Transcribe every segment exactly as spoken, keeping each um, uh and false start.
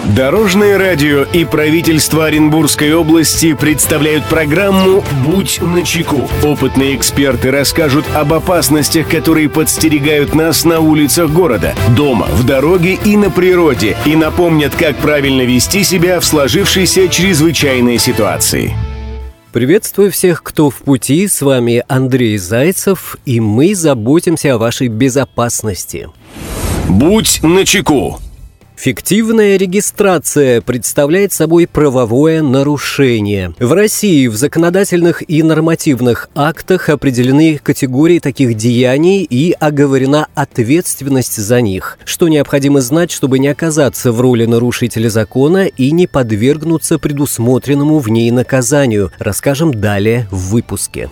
Дорожное радио и правительство Оренбургской области представляют программу «Будь начеку». Опытные эксперты расскажут об опасностях, которые подстерегают нас на улицах города, дома, в дороге и на природе, и напомнят, как правильно вести себя в сложившейся чрезвычайной ситуации. Приветствую всех, кто в пути. С вами Андрей Зайцев, и мы заботимся о вашей безопасности. Будь начеку. Фиктивная регистрация представляет собой правовое нарушение. В России в законодательных и нормативных актах определены категории таких деяний и оговорена ответственность за них. Что необходимо знать, чтобы не оказаться в роли нарушителя закона и не подвергнуться предусмотренному в ней наказанию, расскажем далее в выпуске.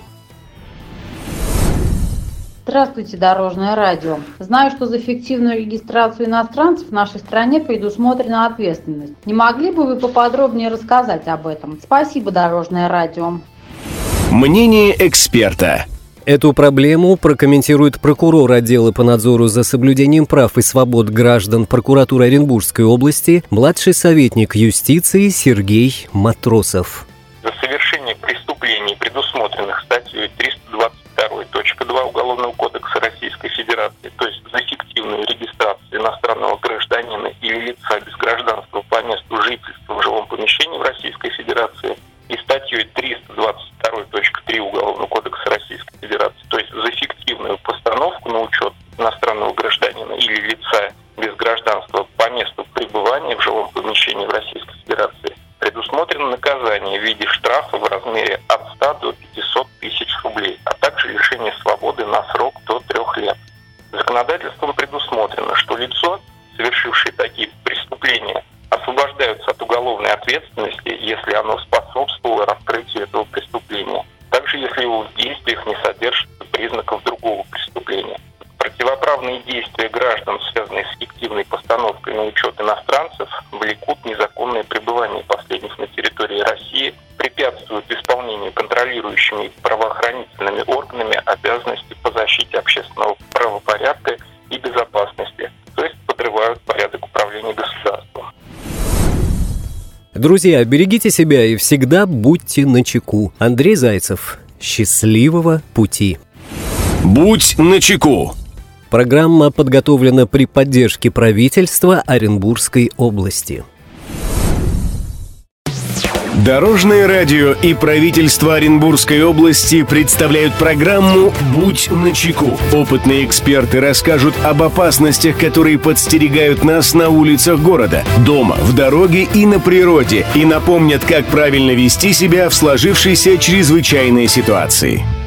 Здравствуйте, Дорожное радио. Знаю, что за фиктивную регистрацию иностранцев в нашей стране предусмотрена ответственность. Не могли бы вы поподробнее рассказать об этом? Спасибо, Дорожное радио. Мнение эксперта. Эту проблему прокомментирует прокурор отдела по надзору за соблюдением прав и свобод граждан прокуратуры Оренбургской области, младший советник юстиции Сергей Матросов. За совершение преступлений, предусмотренных статьей триста двадцать два точка два Уголовного кодекса Российской Федерации, то есть за фиктивную регистрацию иностранного гражданина или лица без гражданства по месту жительства в жилом помещении в Российской Федерации, и статьей триста двадцать два точка три Уголовного кодекса Российской Федерации, то есть за фиктивную постановку на учет иностранного гражданина или лица без гражданства по месту пребывания в жилом помещении в Российской Федерации, предусмотрено наказание в виде штрафа в размере от ста до пятисот тысяч рублей, а также лишение свободы на срок до трех лет. Законодательством предусмотрено, что лицо, совершившее такие преступления, освобождаются от уголовной ответственности, если оно способствовало раскрытию этого преступления, также если его в действиях не содержится признаков другого преступления. Противоправные действия граждан, связанные с фиктивной постановкой на учет иностранцев, влекут незаконное пребывание последних на территории России, препятствуют исполнению контролирующими правоохранительными органами обязанностей по защите общественного правопорядка и безопасности, то есть подрывают порядок управления государством. Друзья, берегите себя и всегда будьте начеку. Андрей Зайцев. Счастливого пути. Будь начеку. Программа подготовлена при поддержке правительства Оренбургской области. Дорожное радио и правительство Оренбургской области представляют программу «Будь начеку». Опытные эксперты расскажут об опасностях, которые подстерегают нас на улицах города, дома, в дороге и на природе, и напомнят, как правильно вести себя в сложившейся чрезвычайной ситуации.